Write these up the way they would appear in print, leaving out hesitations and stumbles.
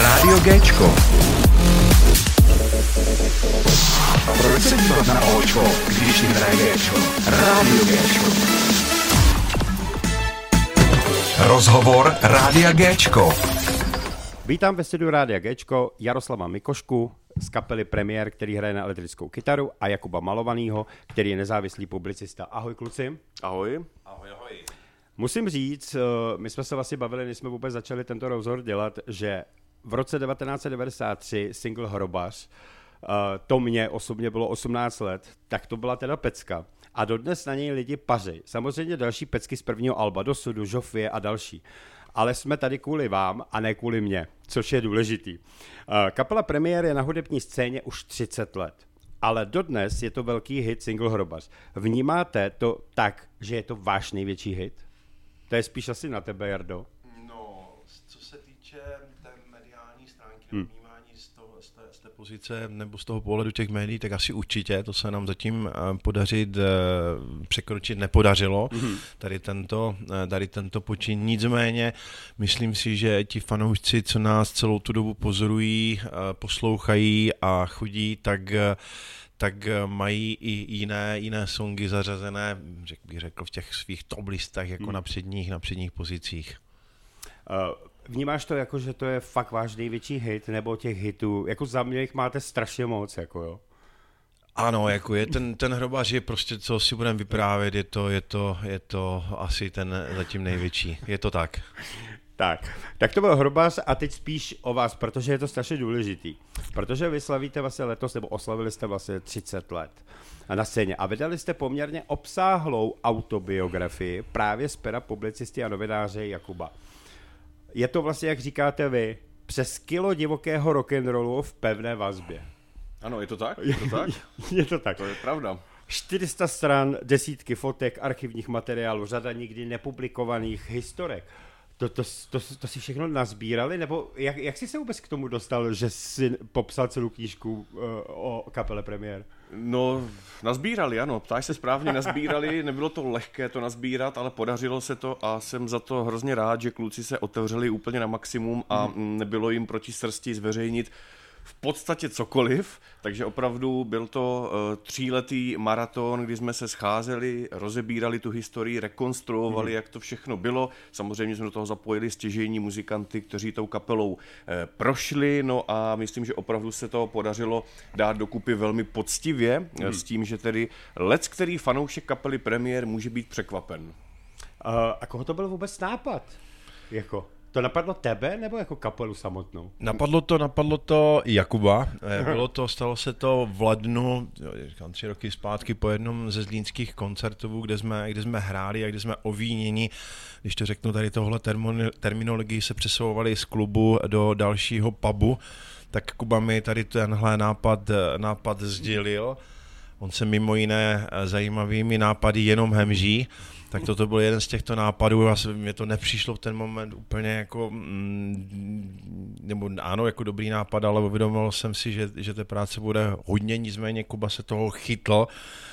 Rádio Géčko. Proč se dívat na Óčko, když jim hraje Géčko? Rádio Géčko. Rozhovor Rádia Géčko. Vítám ve studiu Rádia Géčko Jaroslava Mikošku z kapely Premiér, který hraje na elektrickou kytaru, a Jakuba Malovanýho, který je nezávislý publicista. Ahoj kluci. Ahoj. Ahoj, ahoj. Musím říct, my jsme se vlastně bavili, než jsme vůbec začali tento rozhovor dělat, že v roce 1993 single Hrobař, to mě osobně bylo 18 let, tak to byla teda pecka. A dodnes na něj lidi paří. Samozřejmě další pecky z prvního alba, Dosudu, Žofie a další. Ale jsme tady kvůli vám a ne kvůli mně, což je důležitý. Kapela Premiér je na hudební scéně už 30 let. Ale dodnes je to velký hit single Hrobař. Vnímáte to tak, že je to váš největší hit? To je spíš asi na tebe, Jardo. No, co se týče té mediální stránky vnímání z té pozice nebo z toho pohledu těch médií, tak asi určitě, to se nám zatím překročit nepodařilo, tady tento počin. Nicméně, myslím si, že ti fanoušci, co nás celou tu dobu pozorují, poslouchají a chodí, tak mají i jiné songy zařazené, bych řekl, v těch svých top listách jako na předních pozicích. Vnímáš to jako, že to je fakt váš největší hit, nebo těch hitů, jako za mě jich máte strašně moc, jako jo? Ano, jako je ten Hrobař je prostě, co si budeme vyprávět, je to asi ten zatím největší, je to tak. Tak to byl Hrobař a teď spíš o vás, protože je to strašně důležitý. Protože vy slavíte vlastně letos, nebo oslavili jste vlastně 30 let na scéně a vydali jste poměrně obsáhlou autobiografii právě z pera publicisty a novináře Jakuba. Je to vlastně, jak říkáte vy, přes kilo divokého rock'n'rollu v pevné vazbě. Ano, je to tak? Je to tak. To je pravda. 400 stran, desítky fotek, archivních materiálů, řada nikdy nepublikovaných historek. To si všechno nazbírali? Nebo jak jsi se vůbec k tomu dostal, že jsi popsal celou knížku o kapele Premiér? No, nazbírali, ano, ptáš se správně, nazbírali, nebylo to lehké to nazbírat, ale podařilo se to a jsem za to hrozně rád, že kluci se otevřeli úplně na maximum a nebylo jim proti srsti zveřejnit v podstatě cokoliv, takže opravdu byl to 3letý maraton, kdy jsme se scházeli, rozebírali tu historii, rekonstruovali, jak to všechno bylo. Samozřejmě jsme do toho zapojili stěžejní muzikanty, kteří tou kapelou prošli, no a myslím, že opravdu se to podařilo dát dokupy velmi poctivě, s tím, že tedy leckterý fanoušek kapely Premiér může být překvapen. A koho to byl vůbec nápad? To napadlo tebe, nebo jako kapelu samotnou? Napadlo to Jakuba. Stalo se to v lednu, 3 roky zpátky, po jednom ze zlínských koncertů, kde jsme hráli a kde jsme ovíněni, když to řeknu tady tohle terminologii, se přesouvali z klubu do dalšího pubu, tak Kuba mi tady tenhle nápad sdělil. On se mimo jiné zajímavými nápady jenom hemží, tak toto byl jeden z těchto nápadů a mě to nepřišlo v ten moment úplně jako, nebo ano, jako dobrý nápad, ale uvědomil jsem si, že té práce bude hodně, nicméně Kuba se toho chytl.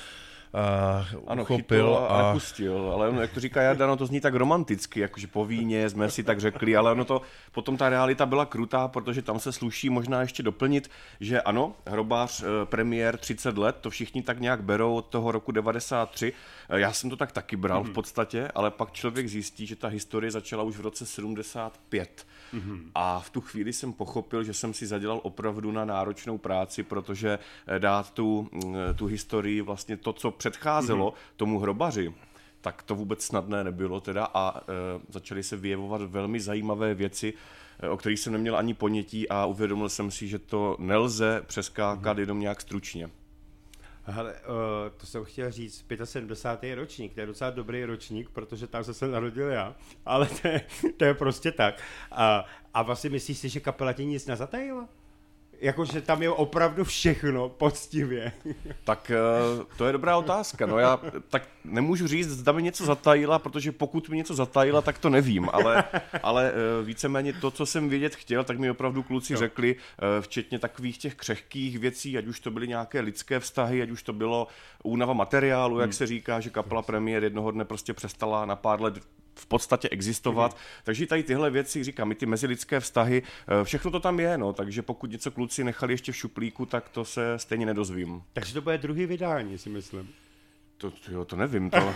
Uchopil a pustil, ale ono, jak to říká Jarda, no to zní tak romanticky, jakože po víně jsme si tak řekli, ale ono to, potom ta realita byla krutá, protože tam se sluší možná ještě doplnit, že ano, Hrobař, Premiér 30 let, to všichni tak nějak berou od toho roku 93, já jsem to tak taky bral v podstatě, ale pak člověk zjistí, že ta historie začala už v roce 75 a v tu chvíli jsem pochopil, že jsem si zadělal opravdu na náročnou práci, protože dát tu historii, vlastně to, co předcházelo tomu Hrobaři, tak to vůbec snadné nebylo teda a začaly se vyjevovat velmi zajímavé věci, o kterých jsem neměl ani ponětí a uvědomil jsem si, že to nelze přeskákat jenom nějak stručně. Hele, to jsem chtěl říct, 75. ročník, to je docela dobrý ročník, protože tam se narodil já, ale to je prostě tak. A vlastně myslíš si, že kapela ti nic nezatajila? Jakože tam je opravdu všechno poctivě. Tak to je dobrá otázka. No já tak nemůžu říct, zda mi něco zatajila, protože pokud mi něco zatajila, tak to nevím. Ale víceméně to, co jsem vědět chtěl, tak mi opravdu kluci řekli, včetně takových těch křehkých věcí, ať už to byly nějaké lidské vztahy, ať už to bylo únava materiálu, jak se říká, že kapela Premiér jednoho dne prostě přestala na pár let v podstatě existovat. Takže tady tyhle věci, říkám, i ty mezilidské vztahy, všechno to tam je, no, takže pokud něco kluci nechali ještě v šuplíku, tak to se stejně nedozvím. Takže to bude druhý vydání, si myslím. To nevím, to...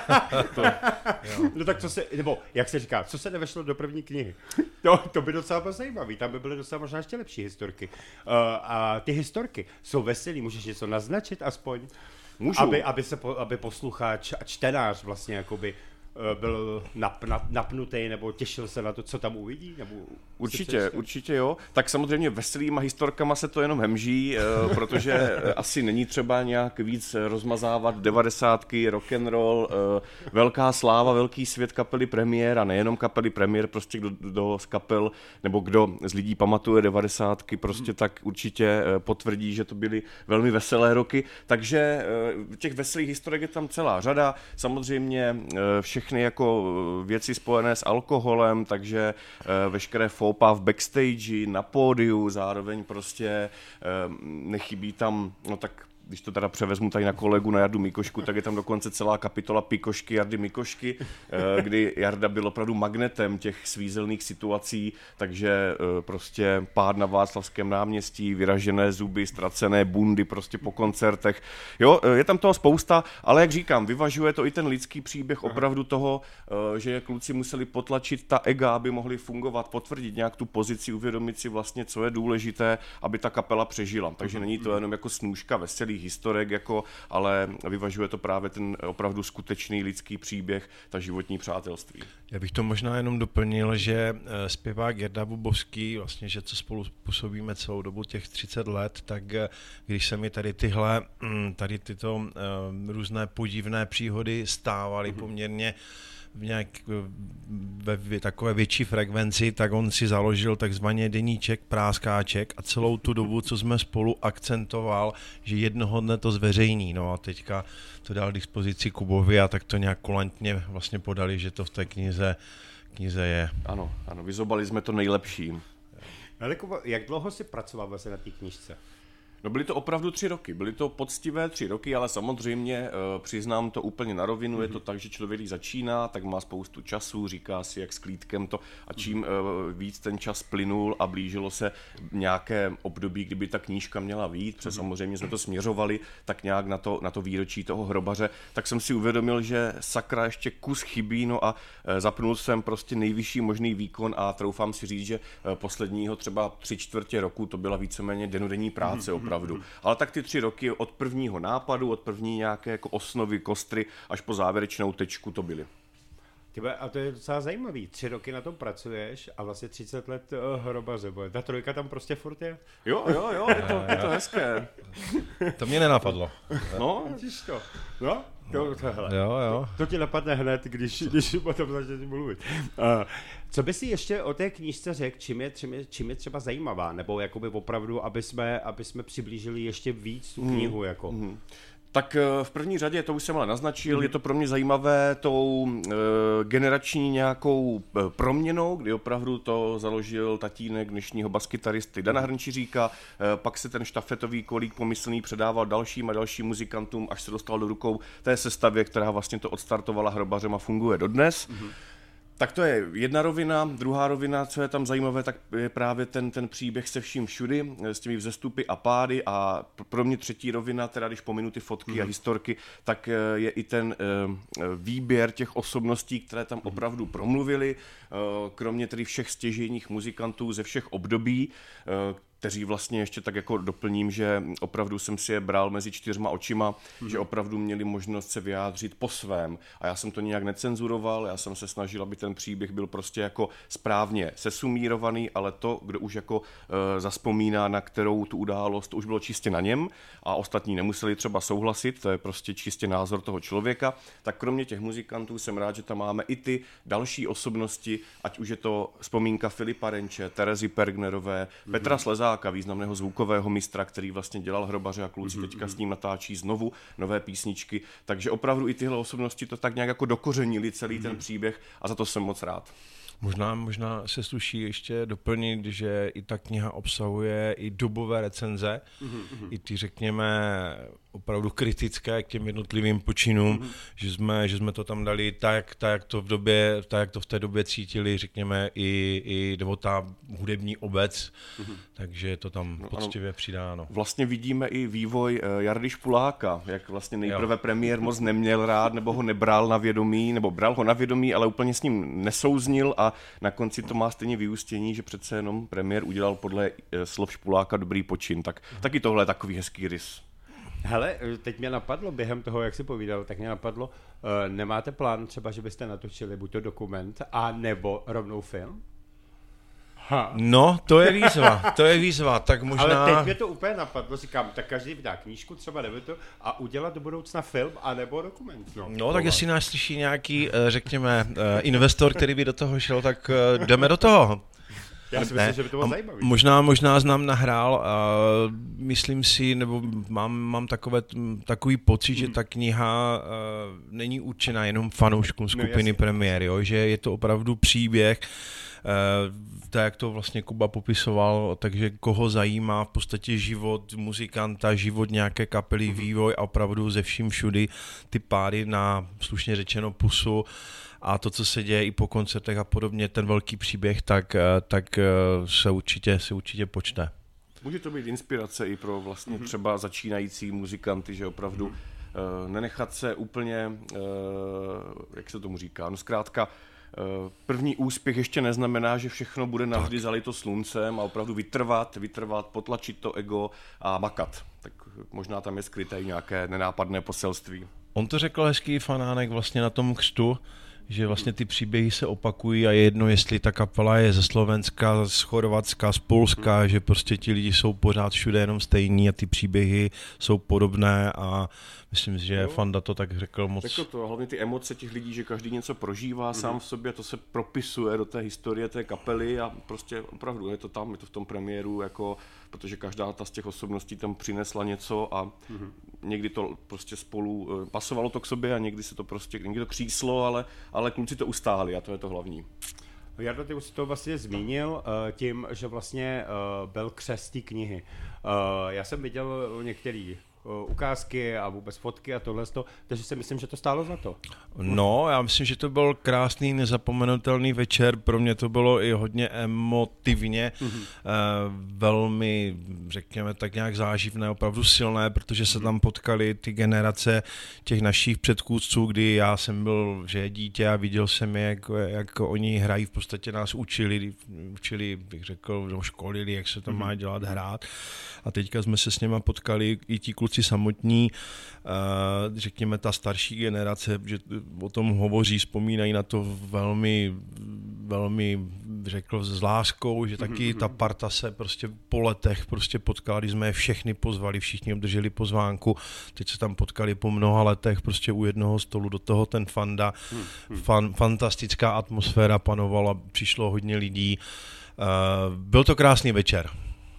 No tak co se, nebo jak se říká, co se nevešlo do první knihy? To by docela bylo zajímavý, tam by byly docela možná ještě lepší historky. A ty historky jsou veselý, můžeš něco naznačit aspoň? Můžu. Aby posluchač a čtenář vlastně jakoby byl napnutý nebo těšil se na to, co tam uvidí? Nebo Určitě jo. Tak samozřejmě veselýma historkama se to jenom hemží, protože asi není třeba nějak víc rozmazávat 90ky, rock and roll, velká sláva, velký svět kapely Premiér a nejenom kapely Premiér, prostě kdo z kapel nebo kdo z lidí pamatuje 90ky, prostě tak určitě potvrdí, že to byly velmi veselé roky. Takže těch veselých historek je tam celá řada. Samozřejmě všechny jako věci spojené s alkoholem, takže veškeré fópa v backstage, na pódiu, zároveň prostě nechybí tam, no tak když to teda převezmu tady na kolegu, na Jardu Mikošku, tak je tam dokonce celá kapitola Pikošky, Jardy Mikošky, kdy Jarda byl opravdu magnetem těch svízelných situací, takže prostě pád na Václavském náměstí, vyražené zuby, ztracené bundy prostě po koncertech. Jo, je tam toho spousta, ale jak říkám, vyvažuje to i ten lidský příběh opravdu toho, že kluci museli potlačit ta ega, aby mohli fungovat, potvrdit nějak tu pozici, uvědomit si vlastně, co je důležité, aby ta kapela přežila. Takže není to jenom jako snůška veselých historek, jako, ale vyvažuje to právě ten opravdu skutečný lidský příběh, ta životní přátelství. Já bych to možná jenom doplnil, že zpěvák Jarda Bubovský, vlastně, že co spolu působíme celou dobu těch 30 let, tak když se mi tady tyto různé podivné příhody stávaly poměrně ve takové větší frekvenci, tak on si založil takzvaně deníček Práskáček a celou tu dobu, co jsme spolu, akcentoval, že jednoho dne to zveřejní. No a teďka to dal k dispozici Kubovi a tak to nějak kulantně vlastně podali, že to v té knize je. Ano, vyzobali jsme to nejlepší. Ale Kubo, jak dlouho jsi pracoval vlastně na té knížce? No byly to opravdu 3 roky, byly to poctivé 3 roky, ale samozřejmě přiznám to úplně na rovinu, je to tak, že člověk, když začíná, tak má spoustu času, říká si jak s klídkem to a čím víc ten čas plynul a blížilo se nějaké období, kdyby ta knížka měla vyjít, protože samozřejmě jsme to směřovali tak nějak na to výročí toho hrobaře, tak jsem si uvědomil, že sakra ještě kus chybí, no a zapnul jsem prostě nejvyšší možný výkon a troufám si říct, že posledního třeba 3/4 roku to byla víceméně dennodenní práce opravdu. Ale tak ty 3 roky od prvního nápadu, od první nějaké jako osnovy, kostry, až po závěrečnou tečku to byly. A to je docela zajímavý. 3 roky na tom pracuješ a vlastně 30 let hrobaře. Ta trojka tam prostě furt je. Jo, je to hezké. To mě nenapadlo. No, vidíš to. No, tohle. Jo. To ti napadne hned, když potom začneš mluvit. Co by si ještě o té knížce řekl, čím je třeba zajímavá? Nebo jakoby opravdu, aby jsme přiblížili ještě víc tu knihu? Jako. Tak v první řadě, to už jsem ale naznačil, je to pro mě zajímavé tou generační nějakou proměnou, kdy opravdu to založil tatínek dnešního baskytaristy Dana Hrnčiříka, pak se ten štafetový kolík pomyslný předával dalším a dalším muzikantům, až se dostal do rukou té sestavě, která vlastně to odstartovala hrobařem a funguje dodnes. Tak to je jedna rovina. Druhá rovina, co je tam zajímavé, tak je právě ten příběh se vším všudy, s těmi vzestupy a pády a pro mě třetí rovina, teda když pominu ty fotky a historky, tak je i ten výběr těch osobností, které tam opravdu promluvili, kromě tedy všech stěžejních muzikantů ze všech období, kteří vlastně ještě tak jako doplním, že opravdu jsem si je bral mezi 4 očima, že opravdu měli možnost se vyjádřit po svém. A já jsem to nijak necenzuroval, já jsem se snažil, aby ten příběh byl prostě jako správně sesumírovaný, ale to, kdo už jako zazpomíná na kterou tu událost, to už bylo čistě na něm a ostatní nemuseli třeba souhlasit, to je prostě čistě názor toho člověka. Tak kromě těch muzikantů jsem rád, že tam máme i ty další osobnosti, ať už je to vzpomínka Filipa Renče, Terezy Pergnerové, Petra Slezáka, významného zvukového mistra, který vlastně dělal hrobaře a kluci teďka s ním natáčí znovu nové písničky. Takže opravdu i tyhle osobnosti to tak nějak jako dokořenili celý ten příběh a za to jsem moc rád. Možná se sluší ještě doplnit, že i ta kniha obsahuje i dobové recenze, i ty řekněme opravdu kritické k těm jednotlivým počinům, že jsme to tam dali tak, jak to v té době cítili, řekněme, nebo ta hudební obec, takže to tam poctivě přidáno. Vlastně vidíme i vývoj Jardy Špuláka, jak vlastně nejprve premiér moc neměl rád, nebo ho nebral na vědomí, nebo bral ho na vědomí, ale úplně s ním nesouznil a na konci to má stejně vyústění, že přece jenom premiér udělal podle slov Špuláka dobrý počin. Tak taky tohle je takový hezký rys. Hele, teď mě napadlo, během toho, jak jsi povídal, tak mě napadlo, nemáte plán třeba, že byste natočili buď to dokument, a nebo rovnou film? No, to je výzva, tak možná... Ale teď mě to úplně napadlo, říkám, tak každý vydá knížku, třeba nebo to, a udělat do budoucna film, anebo dokument. No tak jestli nás slyší nějaký, řekněme, investor, který by do toho šel, tak jdeme do toho. Já si myslím, že by to bylo zajímavé. Možná znám nahrál, myslím si, nebo mám takový pocit, že ta kniha není určena jenom fanouškům skupiny Premiér, jo? Že je to opravdu příběh, tak jak to vlastně Kuba popisoval, takže koho zajímá v podstatě život muzikanta, život nějaké kapely, vývoj a opravdu ze vším všudy ty páry na slušně řečeno pusu a to, co se děje i po koncertech a podobně, ten velký příběh, tak se určitě počte. Může to být inspirace i pro vlastně třeba začínající muzikanty, že opravdu nenechat se úplně, jak se tomu říká, no zkrátka, první úspěch ještě neznamená, že všechno bude navždy zalito sluncem a opravdu vytrvat, potlačit to ego a makat. Tak možná tam je skryté nějaké nenápadné poselství. On to řekl hezký Fanánek vlastně na tom křtu, že vlastně ty příběhy se opakují a je jedno, jestli ta kapela je ze Slovenska, z Chorvatska, z Polska, že prostě ti lidi jsou pořád všude jenom stejní a ty příběhy jsou podobné a myslím si, že Fanda to tak řekl moc. Řekl to, hlavně ty emoce těch lidí, že každý něco prožívá sám v sobě, to se propisuje do té historie té kapely a prostě opravdu je to tam, je to v tom premiéru, jako, protože každá ta z těch osobností tam přinesla něco a někdy to prostě spolu pasovalo to k sobě a někdy se to prostě, někdy to kříslo, ale kluci to ustáli a to je to hlavní. Jardo, ty už si to vlastně zmínil tím, že vlastně byl křest té knihy. Já jsem viděl některý ukázky a vůbec fotky a tohle, takže si myslím, že to stálo za to. No, já myslím, že to byl krásný, nezapomenutelný večer, pro mě to bylo i hodně emotivně, velmi, řekněme, tak nějak záživné, opravdu silné, protože se tam potkali ty generace těch našich předchůdců, kdy já jsem byl, že je dítě a viděl jsem je, jak oni hrají, v podstatě nás učili, bych řekl, školili, jak se to má dělat, hrát. A teďka jsme se s něma potkali i ti kluci samotní, řekněme ta starší generace, že o tom hovoří, vzpomínají na to velmi, velmi, řekl, s láskou, že taky ta parta se prostě po letech prostě potkala, když jsme je všechny pozvali, všichni obdrželi pozvánku, teď se tam potkali po mnoha letech prostě u jednoho stolu, do toho ten Fanda, fantastická atmosféra panovala, přišlo hodně lidí, byl to krásný večer.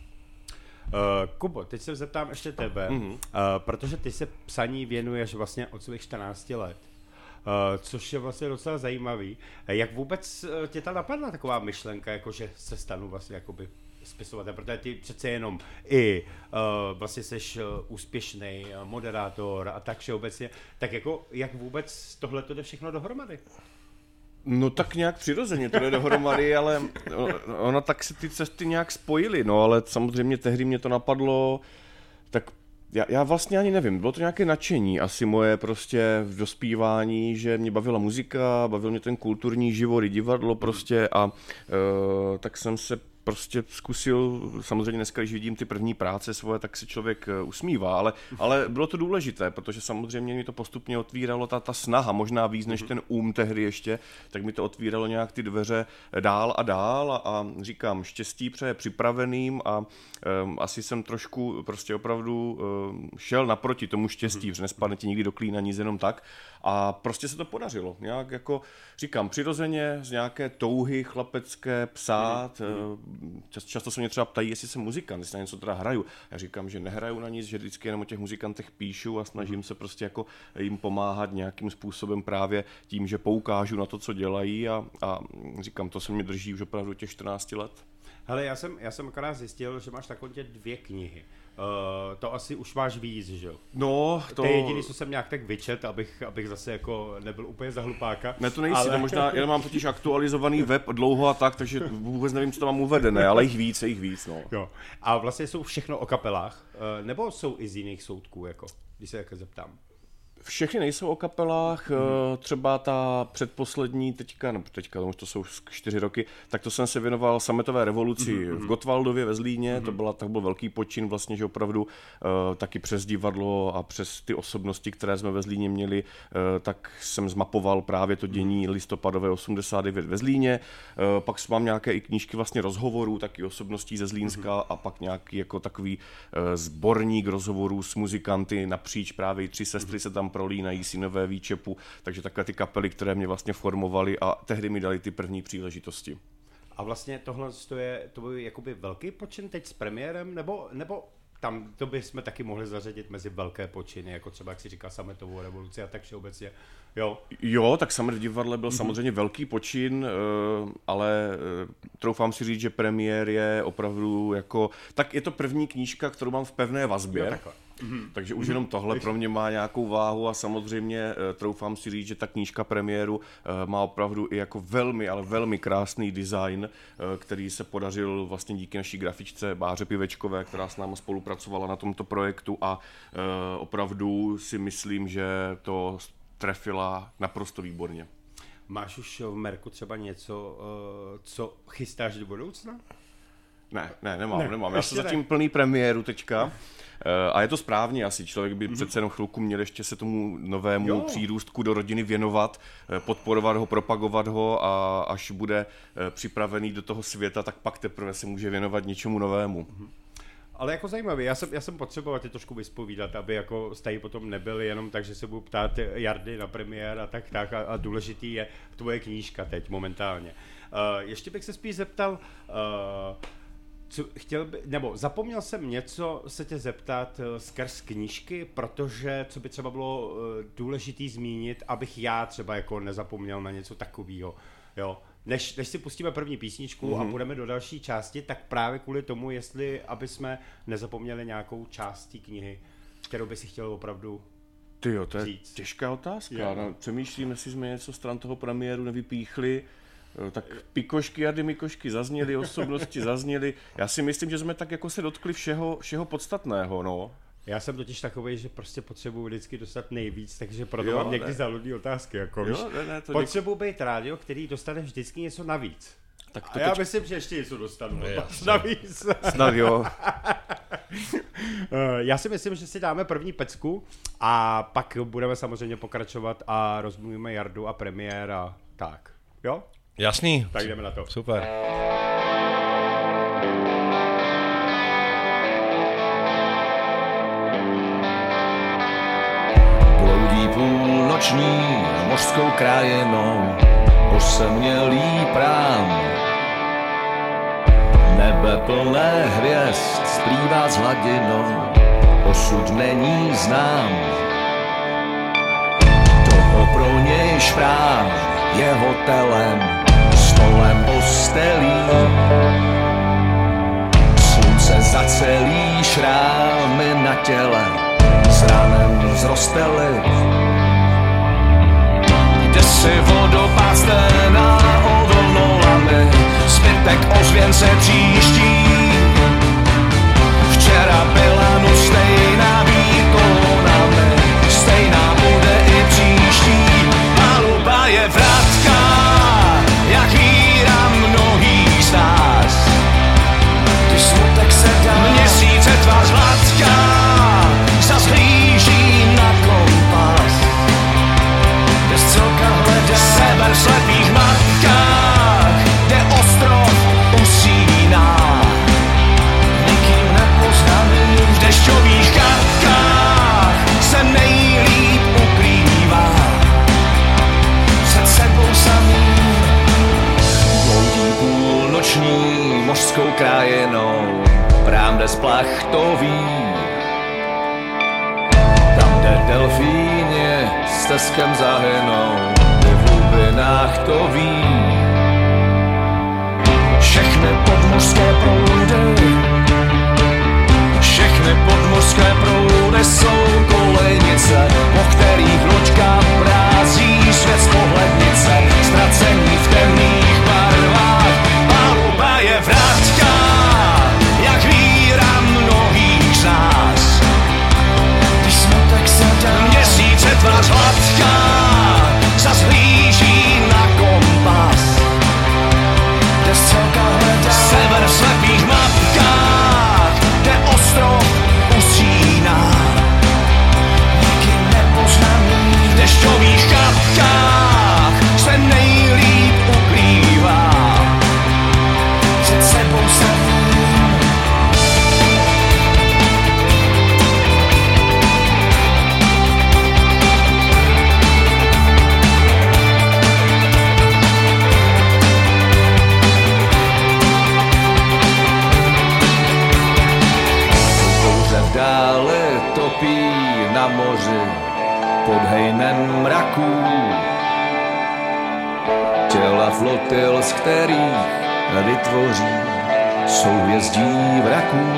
Kubo, teď se zeptám ještě tebe, protože ty se psaní věnuješ vlastně od svých 14 let, což je vlastně docela zajímavý. Jak vůbec tě ta napadla taková myšlenka, jako že se stanu vlastně jakoby spisovatelem, protože ty přece jenom i vlastně seš úspěšný moderátor a tak všeobecně, tak jako jak vůbec tohle to jde všechno dohromady? No tak nějak přirozeně to jde dohromady, ale ono tak se ty cesty nějak spojily, no ale samozřejmě tehdy mě to napadlo, tak já vlastně ani nevím, bylo to nějaké nadšení asi moje prostě v dospívání, že mě bavila muzika, bavil mě ten kulturní život, divadlo prostě a tak jsem se prostě zkusil, samozřejmě dneska, když vidím ty první práce svoje, tak se člověk usmívá, ale bylo to důležité, protože samozřejmě mi to postupně otvíralo ta snaha, možná víc než ten tehdy ještě, tak mi to otvíralo nějak ty dveře dál a dál a říkám, štěstí přeje připraveným a asi jsem trošku prostě opravdu šel naproti tomu štěstí, protože nespadne ti nikdy do klína nic jenom tak a prostě se to podařilo. Nějak jako říkám, přirozeně z nějaké touhy chlapecké psát, často se mě třeba ptají, jestli jsem muzikant, jestli na něco teda hraju. Já říkám, že nehraju na nic, že vždycky jenom o těch muzikantech píšu a snažím se prostě jako jim pomáhat nějakým způsobem právě tím, že poukážu na to, co dělají a říkám, to se mě drží už opravdu těch 14 let. Hele, já jsem akorát zjistil, že máš takové 2 knihy. To asi už máš víc, že jo? No, to... To je jediný, co jsem nějak tak vyčet, abych zase jako nebyl úplně za hlupáka. Ne, to nejsi, ale... možná, já mám totiž aktualizovaný web dlouho a tak, takže vůbec nevím, co tam mám uvedené, ale jich víc, no. Jo. A vlastně jsou všechno o kapelách, nebo jsou i z jiných soudků, jako, když se jako zeptám? Všechny nejsou o kapelách, třeba ta předposlední teďka, už to jsou 4 roky, tak to jsem se věnoval sametové revoluci v Gottwaldově ve Zlíně, tak byl velký počin vlastně, že opravdu taky přes divadlo a přes ty osobnosti, které jsme ve Zlíně měli, tak jsem zmapoval právě to dění listopadové 89 ve Zlíně, pak mám nějaké i knížky vlastně rozhovorů, taky osobností ze Zlínska a pak nějaký jako takový sborník rozhovorů s muzikanty napříč, právě 3 sestry se tam prolínají, Synové výčepu, takže takové ty kapely, které mě vlastně formovaly a tehdy mi dali ty první příležitosti. A vlastně tohle to je jakoby velký počin teď s premiérem, nebo tam to bychom taky mohli zařadit mezi velké počiny, jako třeba, jak si říká, sametovou revoluci a tak všeobecně, jo? Jo, tak Samet v divadle byl samozřejmě velký počin, ale troufám si říct, že premiér je opravdu jako, tak je to první knížka, kterou mám v pevné vazbě. Jo, takhle. Takže už jenom tohle pro mě má nějakou váhu a samozřejmě troufám si říct, že ta knížka premiéru má opravdu i jako velmi, ale velmi krásný design, který se podařil vlastně díky naší grafičce Báře Pivečkové, která s námi spolupracovala na tomto projektu a opravdu si myslím, že to trefila naprosto výborně. Máš už v merku třeba něco, co chystáš do budoucna? Ne, nemám. Já jsem zatím plný premiéru teďka. A je to správně asi, člověk by přece jenom chvilku měl ještě se tomu novému přírůstku do rodiny věnovat, podporovat ho, propagovat ho a až bude připravený do toho světa, tak pak teprve se může věnovat něčemu novému. Ale jako zajímavý, já jsem potřeboval tě trošku vyspovídat, aby jako stají potom nebyli jenom tak, že se budu ptát Jardy na premiér a tak a důležitý je tvoje knížka teď momentálně. Ještě bych se spíš zeptal, zapomněl jsem něco se tě zeptat skrz knížky, protože co by třeba bylo důležitý zmínit, abych já třeba jako nezapomněl na něco takového, jo. Než si pustíme první písničku a půjdeme do další části, tak právě kvůli tomu, aby jsme nezapomněli nějakou část té knihy, kterou by si chtěl opravdu Tyjo, to je říct. Těžká otázka. No, přemýšlím, jestli jsme něco stran toho premiéru nevypíchli. Tak pikošky, Jardy Mikošky zazněly, osobnosti zazněly. Já si myslím, že jsme tak jako se dotkli všeho podstatného, no. Já jsem totiž takovej, že prostě potřebuji vždycky dostat nejvíc, takže proto mám někdy záludné otázky. Jako, potřebuji být rádio, který dostane vždycky něco navíc. Tak to já myslím, že ještě něco dostanu. Navíc. Snad jo. Já si myslím, že si dáme první pecku a pak budeme samozřejmě pokračovat a rozmluvíme Jardu a premiér a tak. Jo? Jasný. Tak jdeme na to. Super. Bloudí půlnoční mořskou krajinou osamělý prám. Nebe plné hvězd splývá s hladinou, osud není znám. Toho pro něj šprám je hotelem, stolem postelí. Slunce zacelí šrámy na těle, s ranem vzrostely. Jde si vodopád sténá odolnolami, zbytek ozvěnce příští. Včera byla noc stejná výkonami, stejná bude i příští. Paluba je vratka, jak víra mnohých z nás. Když smutek se dá, měsíce tvář hladká, zas hlíží na kompas. Bez celka hledá sebe v slepých matkách, kde ostrov usíná. Nikým nepoznaný voní mořskou krajinou, prámde splachtový. Tam, kde delfíně s teskem zahynou, v hlubinách to ví. Všechny podmořské proudy, všechny podmořské proudy jsou kolejnice, po kterých loďka brází svět z pohlednice, ztracení v temných barvách. Paluba je vratka, jak víra mnohých z nás. Když smutek se dá, měsíce tvář hladká, zas blíží na kompas. Kde střelka hledá sever v slepých mapkách, kde ostrov usíná. Nikým nepoznaný v dešťových kapkách se nejlíp ukrývá. Před sebou samým dále topí na moři pod hejnem mraků. Těla flotil, z kterých vytvoří souhvězdí vraků.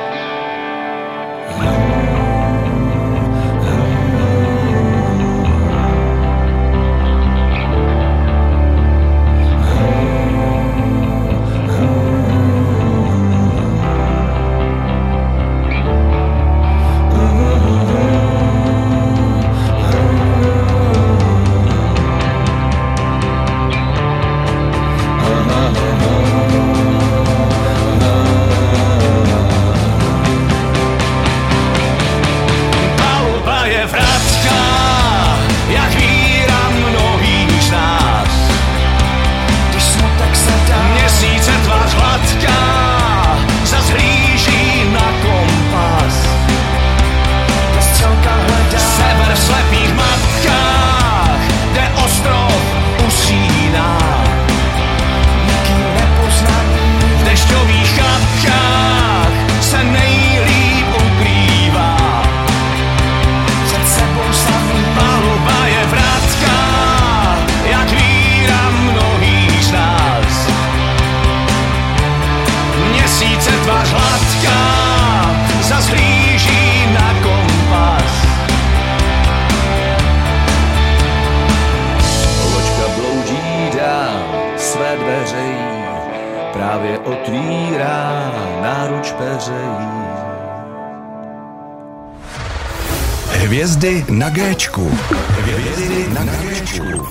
Hvězdy na Géčku. Hvězdy na Géčku.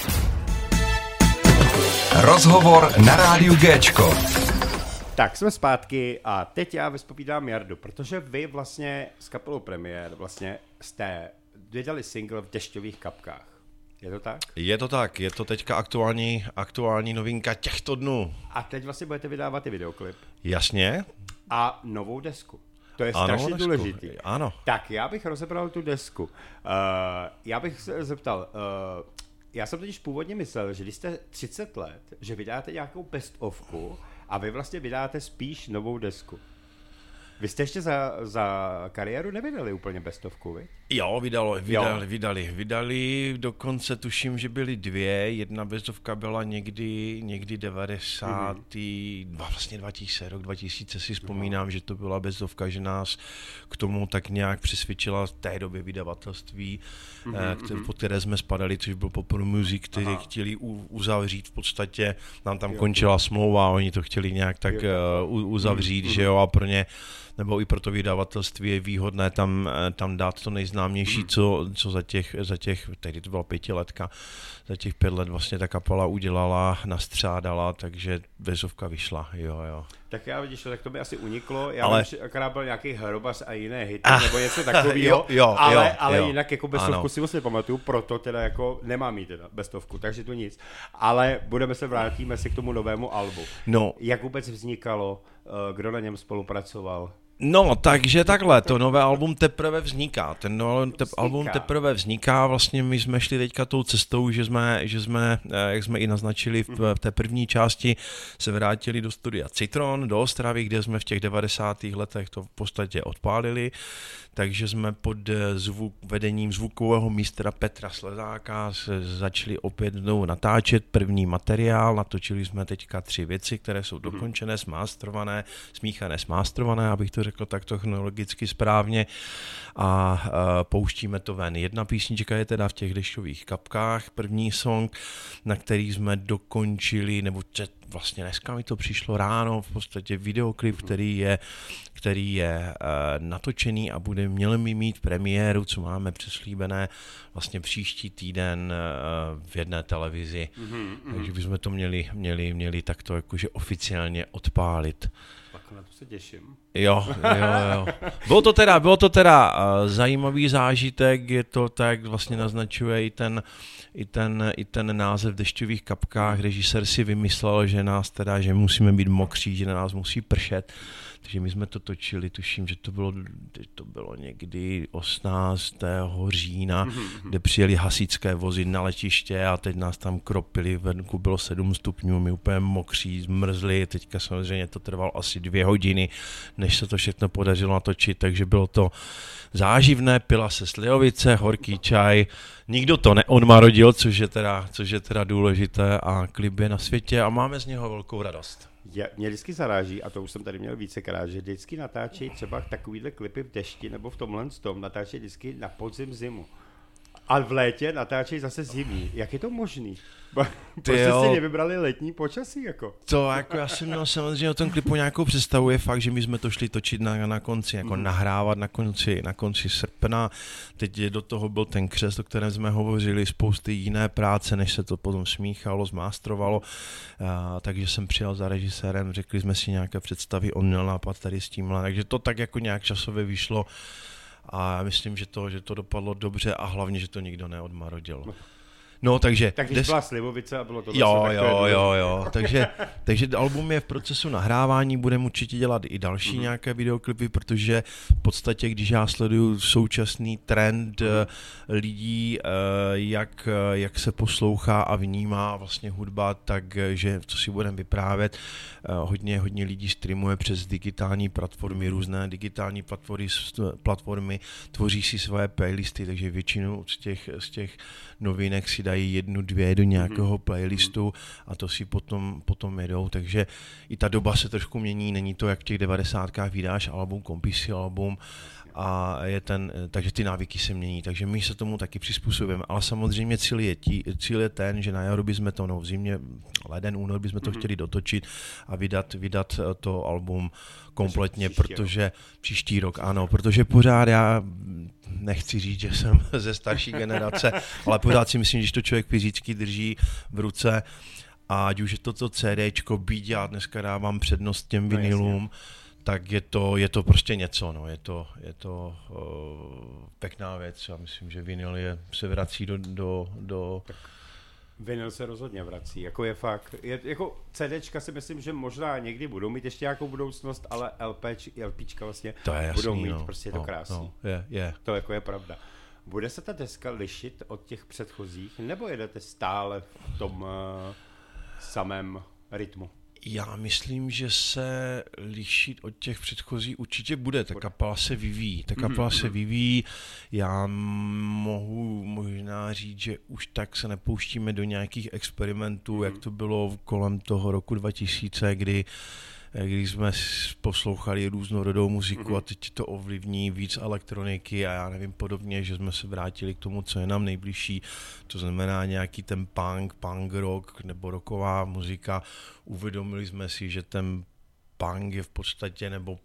Rozhovor na rádiu Géčko. Tak, jsme zpátky a teď já vyspovídám Jardu, protože vy vlastně s kapelou Premiér vlastně jste vydali single v dešťových kapkách. Je to tak? Je to tak, je to teďka aktuální novinka těchto dnů. A teď vlastně budete vydávat i videoklip. Jasně. A novou desku. To je strašně důležitý. Ano. Tak, já bych rozebral tu desku. Já bych se zeptal, já jsem totiž původně myslel, že když jste 30 let, že vydáte nějakou best-ofku a vy vlastně vydáte spíš novou desku. Vy jste ještě za kariéru nevydali úplně bestovku, viď? Jo, vydali, dokonce tuším, že byly dvě, jedna bestovka byla někdy 90. Vlastně 2000 si vzpomínám, že to byla bestovka, že nás k tomu tak nějak přesvědčila v té době vydavatelství, pod které jsme spadali, což byl Popul Music, kteří chtěli uzavřít v podstatě, nám tam končila smlouva, oni to chtěli nějak tak uzavřít, že jo, a pro ně nebo i pro to vydavatelství je výhodné tam dát to nejznámější, co za těch, tehdy to byla 5letka, za těch 5 let vlastně ta kapela udělala, nastřádala, takže bezovka vyšla, jo. Tak já vidíš, tak to by asi uniklo, akorát byl nějaký Hrobas a jiné hity, nebo něco takového, ale jinak jako bestovku si vlastně pamatuju, proto teda jako nemám jí teda bestovku, takže to nic. Ale vrátíme se k tomu novému albu. No. Jak vůbec vznikalo, kdo na něm spolupracoval? No, takže takhle, to nové album teprve vzniká. Album teprve vzniká, vlastně my jsme šli teďka tou cestou, že jsme, jak jsme i naznačili v té první části, se vrátili do studia Citron, do Ostravy, kde jsme v těch 90. letech to v podstatě odpálili, takže jsme pod vedením zvukového mistra Petra Slezáka začali opět znovu natáčet první materiál, natočili jsme teďka 3 věci, které jsou dokončené, smástrované, smíchané, smástrované, abych to řekl takto chronologicky správně a pouštíme to ven. Jedna písnička je teda v těch Dešťových kapkách, první song, na který jsme dokončili, nebo vlastně dneska mi to přišlo ráno, v podstatě videoklip, který je natočený a měli mít premiéru, co máme přeslíbené vlastně příští týden v jedné televizi. Takže bychom to měli takto jakože oficiálně odpálit. Tak na to se těším. Jo. Bylo to teda zajímavý zážitek, je to tak, vlastně naznačuje i ten název Dešťových kapkách. Režisér si vymyslel, že musíme být mokří, že na nás musí pršet. Takže my jsme to točili, tuším, že to bylo někdy 18. října, kde přijeli hasičské vozy na letiště a teď nás tam kropili, venku bylo 7 stupňů, my úplně mokří, zmrzli, teďka samozřejmě to trvalo asi 2 hodiny, než se to všechno podařilo natočit, takže bylo to záživné, pila se slivovice, horký čaj, nikdo to neodmarodil, což je teda důležité a klip je na světě a máme z něho velkou radost. Mě vždycky zaráží, a to už jsem tady měl vícekrát, že vždycky natáčejí třeba takovýhle klipy v dešti nebo v tomhle tom, natáčejí vždycky na podzim zimu. A v létě natáčejí zase zimní. Jak je to možný? Prostě si nevybrali letní počasí, jako. To jako já jsem měl samozřejmě o tom klipu nějakou představu, je fakt, že my jsme to šli točit na konci, jako nahrávat na konci srpna. Teď do toho byl ten křest, o kterém jsme hovořili, spousty jiné práce, než se to potom smíchalo, zmástrovalo. Takže jsem přijel za režisérem, řekli jsme si nějaké představy, on měl nápad tady s tímhle, takže to tak jako nějak časově vyšlo. A myslím, že to dopadlo dobře a hlavně, že to nikdo neodmarodil. No, takže... Tak když byla slivovice a bylo to Jo. Takže album je v procesu nahrávání, budeme určitě dělat i další nějaké videoklipy, protože v podstatě, když já sleduju současný trend lidí, jak se poslouchá a vnímá vlastně hudba, takže co si budeme vyprávět, hodně lidí streamuje přes digitální platformy, různé digitální platformy tvoří si svoje playlisty, takže většinu z těch novinek si dají 1, 2 do nějakého playlistu a to si potom jedou, takže i ta doba se trošku mění, není to jak v těch 90kách vydáš album, koupíš si album a takže ty návyky se mění, takže my se tomu taky přizpůsobujeme, ale samozřejmě cíl je ten, že na jaro bychom to, v zimě, leden, únor bychom to chtěli dotočit a vydat to album kompletně, protože příští rok, ano, protože pořád já nechci říct, že jsem ze starší generace, ale pořád si myslím, že to člověk fyzicky drží v ruce a ať už je to CDčko, byť já dneska dávám přednost těm vinilům, tak je to prostě něco, no. Je to pěkná věc a myslím, že vinyl se vrací do Vinyl se rozhodně vrací, jako je fakt, jako CDčka si myslím, že možná někdy budou mít ještě nějakou budoucnost, ale LPčka vlastně to je jasný, budou mít, prostě je to krásný. Je. To jako je pravda. Bude se ta deska lišit od těch předchozích, nebo jedete stále v tom samém rytmu? Já myslím, že se lišit od těch předchozích určitě bude, ta kapela se vyvíjí, já mohu možná říct, že už tak se nepouštíme do nějakých experimentů, jak to bylo kolem toho roku 2000, kdy jsme poslouchali různorodou muziku a teď to ovlivní víc elektroniky a já nevím podobně, že jsme se vrátili k tomu, co je nám nejbližší, to znamená nějaký ten punk rock nebo rocková muzika. Uvědomili jsme si, že ten punk je v podstatě, nebo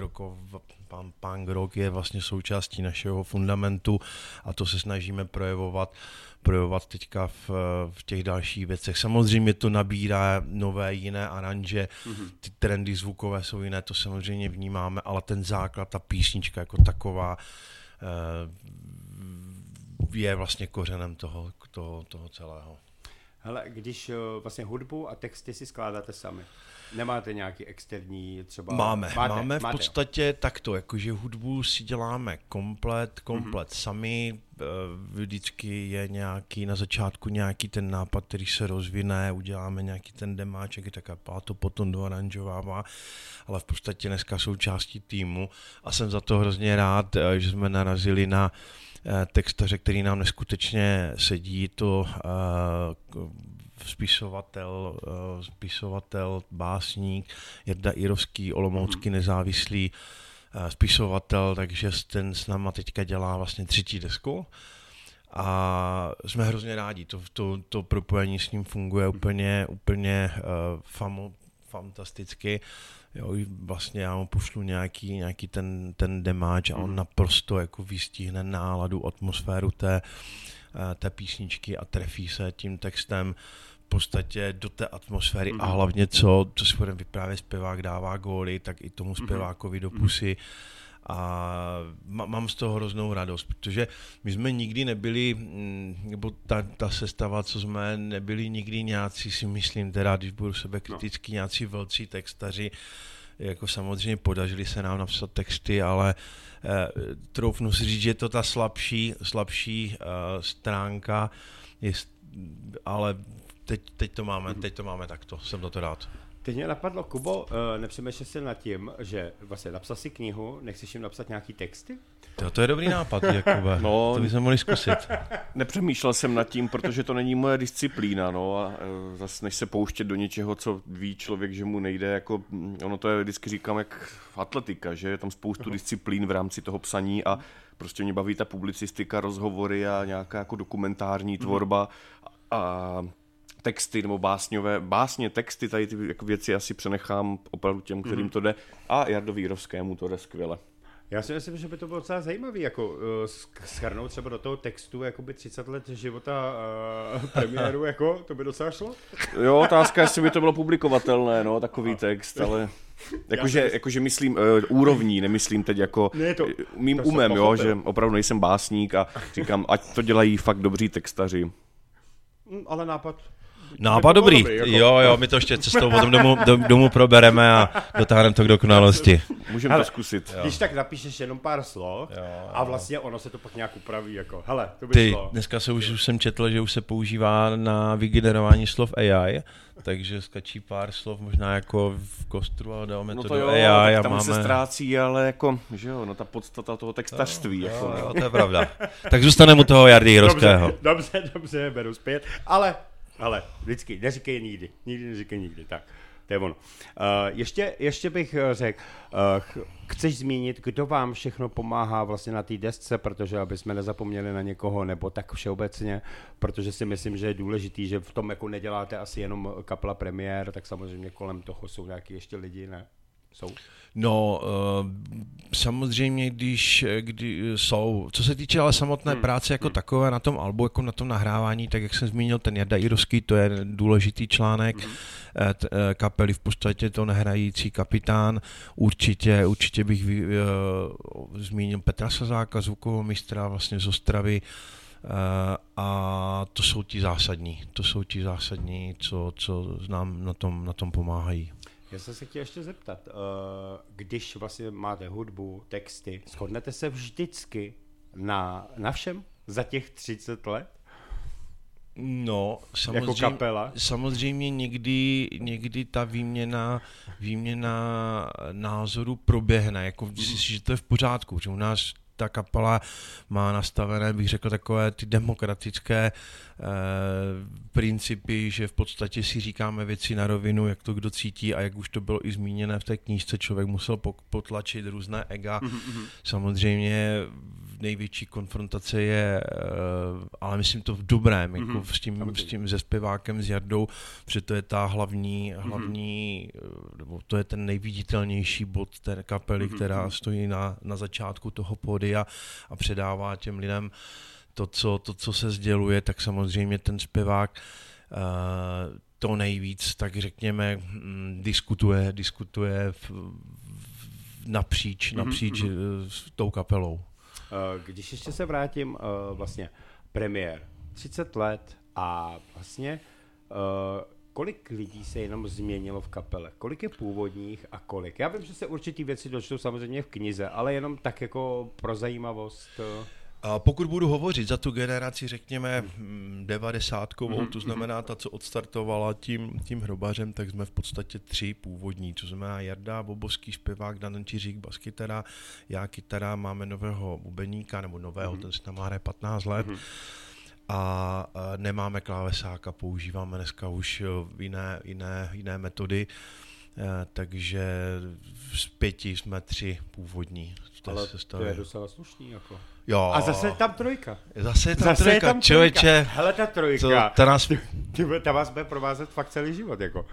punk rock je vlastně součástí našeho fundamentu a to se snažíme projevovat teďka v těch dalších věcech. Samozřejmě to nabírá nové, jiné aranže, ty trendy zvukové jsou jiné, to samozřejmě vnímáme, ale ten základ, ta písnička jako taková je vlastně kořenem toho celého. Hele, když vlastně hudbu a texty si skládáte sami, nemáte nějaký externí třeba... Máme v podstatě takto, jakože hudbu si děláme komplet sami, vždycky je nějaký na začátku nějaký ten nápad, který se rozvine, uděláme nějaký ten demáček, tak a to potom doaranžovává, ale v podstatě dneska součástí týmu a jsem za to hrozně rád, že jsme narazili na textaře, který nám neskutečně sedí, to spisovatel, básník, Jarda Jirovský, olomoucký nezávislý spisovatel, takže ten s náma teďka dělá vlastně 3. desku a jsme hrozně rádi, to propojení s ním funguje úplně fantasticky. Jo, vlastně já mu pošlu nějaký ten demáč a on naprosto jako vystihne náladu, atmosféru té písničky a trefí se tím textem v podstatě do té atmosféry a hlavně co si budeme vyprávět, zpěvák dává góly, tak i tomu zpěvákovi do pusy a mám z toho hroznou radost, protože my jsme nikdy nebyli, nebo ta sestava, co jsme nebyli nikdy nějací, si myslím, teda, když budu sebekritický, nějací velcí textaři, jako samozřejmě podařili se nám napsat texty, ale troufnu si říct, že je to ta slabší stránka, ale teď to máme takto, jsem za to rád. Teď mě napadlo, Kubo, nepřemýšlel jsi nad tím, že vlastně napsal si knihu, nechceš jim napsat nějaký texty? To je dobrý nápad, Jakube. To bychom mohli zkusit. Nepřemýšlel jsem nad tím, protože to není moje disciplína, no a zase než se pouštět do něčeho, co ví člověk, že mu nejde, jako ono to je, vždycky říkám, jak atletika, že je tam spoustu disciplín v rámci toho psaní a prostě mě baví ta publicistika, rozhovory a nějaká jako dokumentární tvorba a texty nebo básně, texty, tady ty jako věci asi přenechám opravdu těm, kterým to jde a Jardovi Jirovskému to jde skvěle. Já si myslím, že by to bylo docela zajímavé, jako shrnout třeba do toho textu jakoby 30 let života premiéru, jako to by docela šlo? Jo, otázka, jestli by to bylo publikovatelné, no, takový text, ale jakože myslím úrovní, nemyslím teď jako mým umem, jo, že opravdu nejsem básník a říkám, ať to dělají fakt dobří textaři. Ale nápad dobrý, jako. Jo, my to ještě cestou potom domů probereme a dotáhneme to k dokonalosti. Můžeme to zkusit. Když tak napíšeš jenom pár slov a vlastně ono se to pak nějak upraví, jako hele, to by šlo. Dneska už jsem četl, že už se používá na vygenerování slov AI, takže stačí pár slov, možná jako v kostru, ale dáme to do AI a tam máme... se ztrácí, ale jako, že jo, no ta podstata toho textařství. Jo, to je pravda. Tak zůstaneme u toho Jardy Jirovského. Dobře, beru zpět, ale vždycky, neříkej nikdy, tak, to je ono. Ještě bych řekl, chceš zmínit, kdo vám všechno pomáhá vlastně na té desce, protože aby jsme nezapomněli na někoho, nebo tak všeobecně, protože si myslím, že je důležitý, že v tom jako neděláte asi jenom kapela premiér, tak samozřejmě kolem toho jsou nějaký ještě lidi, ne? Jsou? No, samozřejmě, když jsou, co se týče ale samotné práce jako takové na tom albu, jako na tom nahrávání, tak jak jsem zmínil, ten Jarda Jirovský, to je důležitý článek kapely, v podstatě to nehrající kapitán, určitě bych zmínil Petra Sazáka, zvukového mistra vlastně z Ostravy, a to jsou ti zásadní, co nám na tom pomáhají. Já jsem se chtěl ještě zeptat, když vlastně máte hudbu, texty, shodnete se vždycky na všem za těch 30 let? No, samozřejmě, jako kapela? Samozřejmě někdy ta výměna názoru proběhne, jako že to je v pořádku, že u nás ta kapela má nastavené, bych řekl, takové ty demokratické principy, že v podstatě si říkáme věci na rovinu, jak to kdo cítí a jak už to bylo i zmíněné v té knížce, člověk musel potlačit různé ega. Samozřejmě největší konfrontace je, ale myslím to v dobrém, jako s tím se zpěvákem, s Jardou, protože to je ta hlavní nebo to je ten nejviditelnější bod té kapely, která stojí na začátku toho pódia a předává těm lidem to, co se sděluje, tak samozřejmě ten zpěvák to nejvíc, tak řekněme, diskutuje napříč s tou kapelou. Když ještě se vrátím, vlastně premiér, 30 let a vlastně Kolik lidí se jenom změnilo v kapele? Kolik je původních a kolik? Já vím, že se určitý věci dočtou samozřejmě v knize, ale jenom tak jako pro zajímavost. A pokud budu hovořit za tu generaci, řekněme 90kovou, to znamená ta, co odstartovala tím hrobařem, tak jsme v podstatě 3 původní, to znamená Jarda, Bobovský zpěvák, Dan Čiřík, baskytara, já kytara, máme nového bubeníka, nebo nového, ten se tam hraje 15 let. A nemáme klávesáka, používáme dneska už jiné metody, takže z 5 jsme 3 původní. Ale to je docela slušný jako. Jo. A zase je tam trojka. Zase je tam trojka, člověče. Hele, ta trojka, ta vás bude provázet fakt celý život, jako.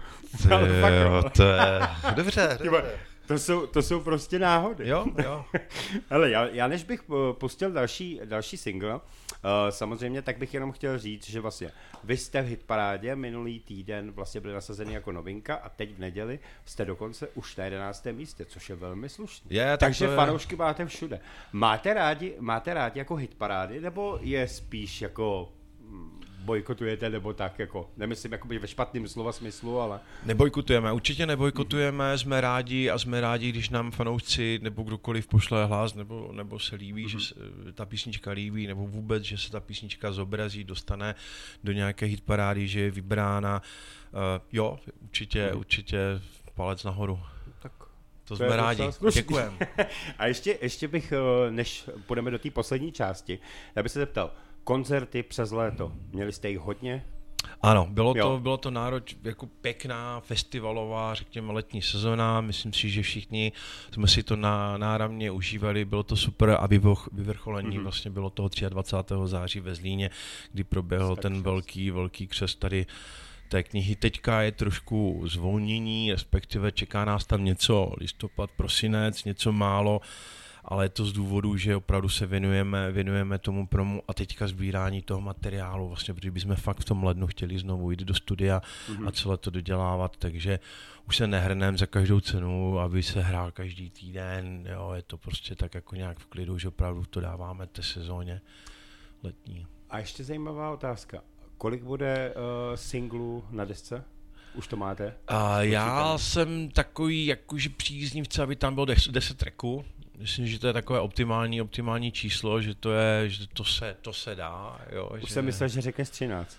To je dobře. To jsou prostě náhody. Jo. Hele, já než bych pustil další single, samozřejmě, tak bych jenom chtěl říct, že vlastně vy jste v hitparádě minulý týden vlastně byli nasazeni jako novinka a teď v neděli jste dokonce už na 11. místě, což je velmi slušný. Takže fanoušky máte všude. Máte rádi jako hitparády, nebo je spíš jako bojkotujete, nebo tak jako, nemyslím jakoby ve špatném slova smyslu, ale... Nebojkotujeme, určitě nebojkotujeme, jsme rádi, když nám fanoušci nebo kdokoliv pošle hlas, nebo se líbí, že se ta písnička líbí, nebo vůbec, že se ta písnička zobrazí, dostane do nějaké hitparády, že je vybrána. Jo, určitě palec nahoru. Tak to jsme rádi, děkujeme. A ještě bych, než půjdeme do té poslední části, já bych se zeptal, koncerty přes léto, měli jste jich hodně? Ano, bylo to jako pěkná festivalová, řekněme, letní sezona, myslím si, že všichni jsme si to náramně užívali, bylo to super a vyvrcholení vlastně bylo toho 23. září ve Zlíně, kdy proběhl ten velký křest tady té knihy. Teďka je trošku zvolnění, respektive čeká nás tam něco listopad, prosinec, něco málo, ale je to z důvodu, že opravdu se věnujeme tomu promu a teďka sbírání toho materiálu, vlastně, protože bychom fakt v tom lednu chtěli znovu jít do studia a celé to dodělávat, takže už se nehrneme za každou cenu, aby se hrál každý týden, jo, je to prostě tak jako nějak v klidu, že opravdu to dáváme té sezóně letní. A ještě zajímavá otázka, kolik bude singlů na desce? Už to máte? Já jsem takový jakože příznivce, aby tam bylo 10 tracků. Myslím, že to je takové optimální číslo, že to se dá. Jo, už jsem myslel, že řekneš 13.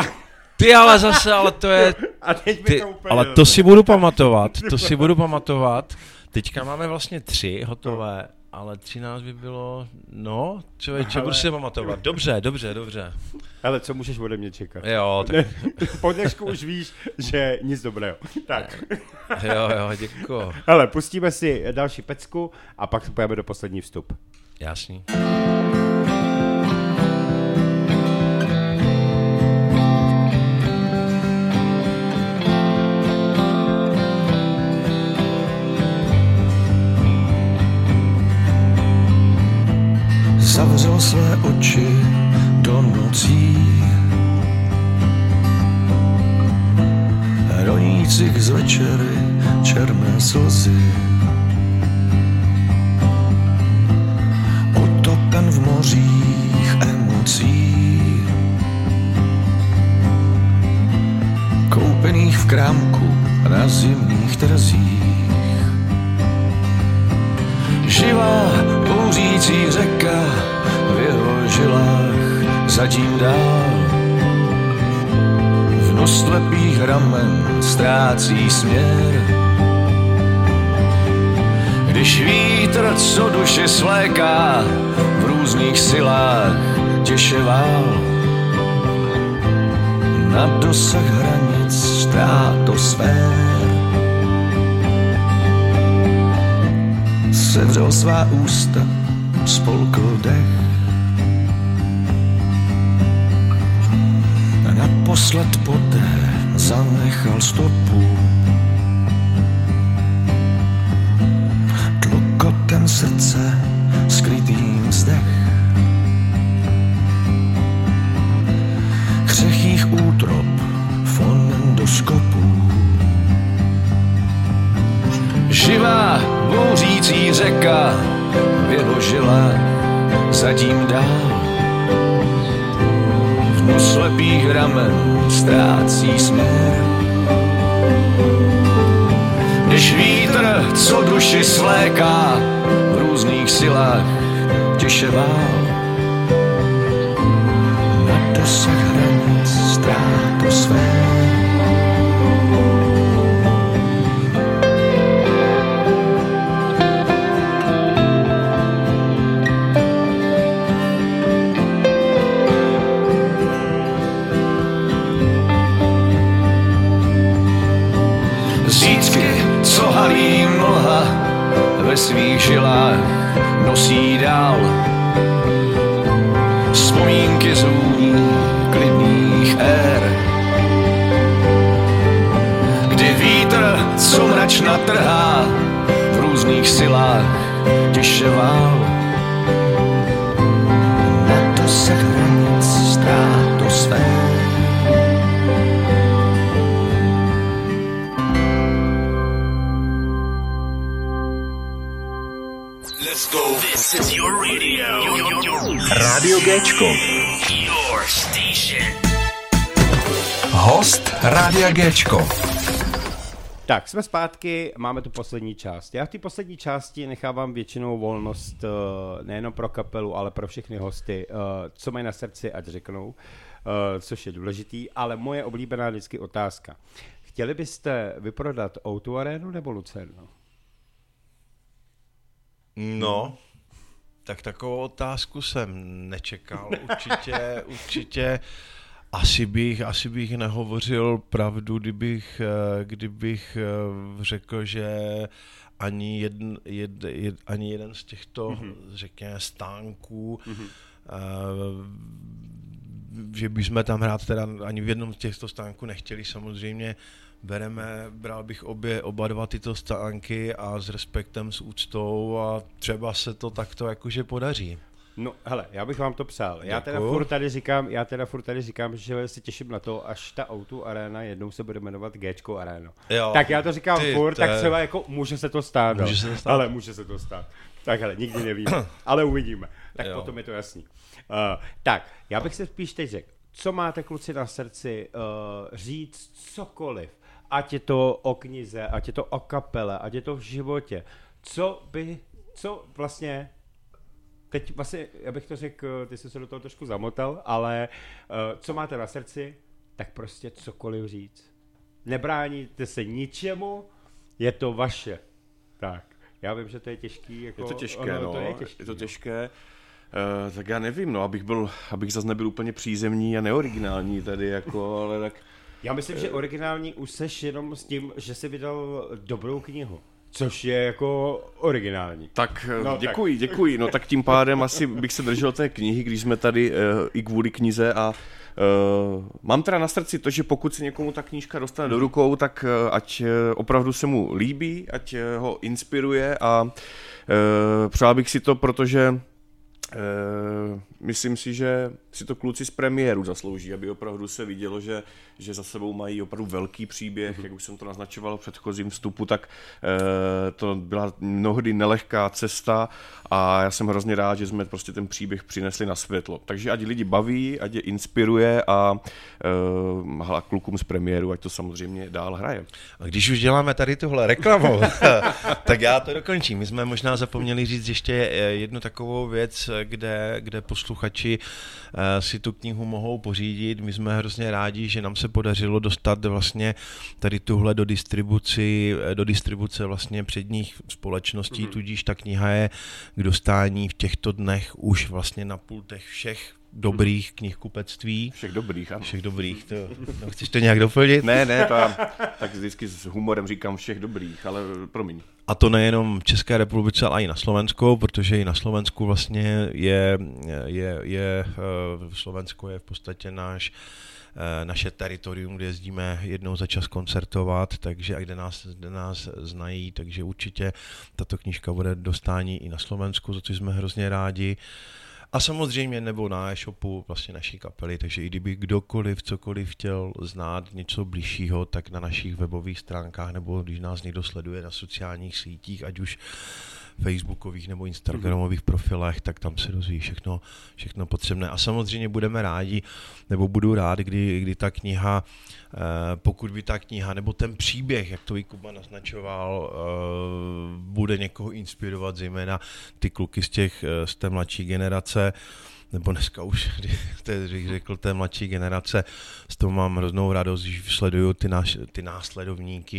Ale to je... Ale to si budu pamatovat. Teďka máme vlastně 3 hotové, ale 13 by bylo... No, člověče, budu si pamatovat. Dobře. Ale co můžeš ode mě čekat? Jo, tak... Po dnešku už víš, že nic dobrého. Tak. Jo, děkuji. Hele, pustíme si další pecku a pak pojeme do poslední vstup. Jasný. Zavřel své oči do nocí, ronících z večery černé slzy. Utopen v mořích emocí, koupených v krámku na zimních trzích. Živá bouřící řeka v jeho žilách zatím dál. V nos slepých ramen ztrácí směr. Když vítr, co duši svléká, v různých silách těše vál. Na dosah hranic stratosfér sevřel svá ústa, spolkl dech a naposled poté zanechal stopu. Tlukotem srdce skrytým vzdech křehkých útrop fonendoskopů. Živá bouřící řeka v jeho žilách zatím dál. V rytmu slepých ramen ztrácí směr. Když vítr, co duši svléká, v různých silách tiše vál, na dosah hranic stratosfér. Co halí mlha ve svých žilách nosí dál vzpomínky zůní klidných ér, kdy vítr, co mračna trhá, v různých silách tiše vál, na dosah hranic stratosfér. This is your radio. Radio Géčko. Your station. Host Rádia Géčko. Tak, jsme zpátky, máme tu poslední část. Já v té poslední části nechávám většinou volnost nejenom pro kapelu, ale pro všechny hosty, co mají na srdci, ať řeknou, což je důležitý, ale moje oblíbená vždycky otázka. Chtěli byste vyprodat O2 Arenu nebo Lucernu? No, tak takovou otázku jsem nečekal. Určitě asi bych nehovořil pravdu, kdybych řekl, že ani jeden z těchto, řekněme, stánků, že bychom tam hrát teda ani v jednom z těchto stánků nechtěli, samozřejmě. Bral bych oba dva tyto stánky a s respektem, s úctou a třeba se to takto jakože podaří. No hele, já bych vám to přál. Já teda furt tady říkám, že se těším na to, až ta O2 Arena jednou se bude jmenovat Géčko Arena. Jo, tak já to říkám tak třeba jako může se to stát. Ale může se to stát. Tak hele, nikdy nevíme, ale uvidíme. Tak jo. Potom je to jasný. Tak, já bych se spíš teď řekl, co máte kluci na srdci říct cokoliv, ať je to o knize, ať je to o kapele, ať je to v životě. Co vlastně, teď vlastně, já bych to řekl, ty jsi se do toho trošku zamotal, ale co máte na srdci, tak prostě cokoliv říct. Nebráníte se ničemu, je to vaše. Tak, já vím, že to je těžký. Jako, je to těžké, je to těžké. Tak já nevím, no, abych zase nebyl úplně přízemní a neoriginální tady, jako, ale tak... Já myslím, že originální už seš jenom s tím, že jsi vydal dobrou knihu, což je jako originální. Tak no, děkuji, no tak tím pádem asi bych se držel té knihy, když jsme tady i kvůli knize a mám teda na srdci to, že pokud se někomu ta knížka dostane do rukou, tak ať opravdu se mu líbí, ať ho inspiruje a přál bych si to, protože myslím si, že si to kluci z premiéru zaslouží, aby opravdu se vidělo, že za sebou mají opravdu velký příběh, jak už jsem to naznačoval v předchozím vstupu, tak to byla mnohdy nelehká cesta a já jsem hrozně rád, že jsme prostě ten příběh přinesli na světlo. Takže ať lidi baví, ať je inspiruje a klukům z premiéru, ať to samozřejmě dál hraje. A když už děláme tady tuhle reklamu, tak já to dokončím. My jsme možná zapomněli říct ještě jednu takovou věc, kde posluchači si tu knihu mohou pořídit. My jsme hrozně rádi, že nám se podařilo dostat vlastně tady tuhle do distribuce vlastně předních společností, tudíž ta kniha je k dostání v těchto dnech už vlastně na pultech všech dobrých knihkupectví. Všech dobrých, ano. Všech dobrých, no, chceš to nějak doplnit? Ne, tak vždycky s humorem říkám všech dobrých, ale promiň. A to nejenom v České republice, ale i na Slovensku, protože i na Slovensku vlastně Slovensko je v podstatě naše teritorium, kde jezdíme jednou za čas koncertovat, takže a kde nás znají, takže určitě tato knížka bude dostání i na Slovensku, za což jsme hrozně rádi. A samozřejmě nebo na e-shopu vlastně naší kapely, takže i kdyby kdokoliv, cokoliv chtěl znát něco bližšího, tak na našich webových stránkách nebo když nás někdo sleduje na sociálních sítích, ať už facebookových nebo instagramových profilech, tak tam se dozví všechno potřebné. A samozřejmě budeme rádi, nebo budu rád, kdy ta kniha, pokud by ta kniha, nebo ten příběh, jak to i Kuba naznačoval, bude někoho inspirovat, zejména ty kluky z té mladší generace, nebo dneska už, když řekl té mladší generace, z toho mám hroznou radost, když sleduju ty následovníky,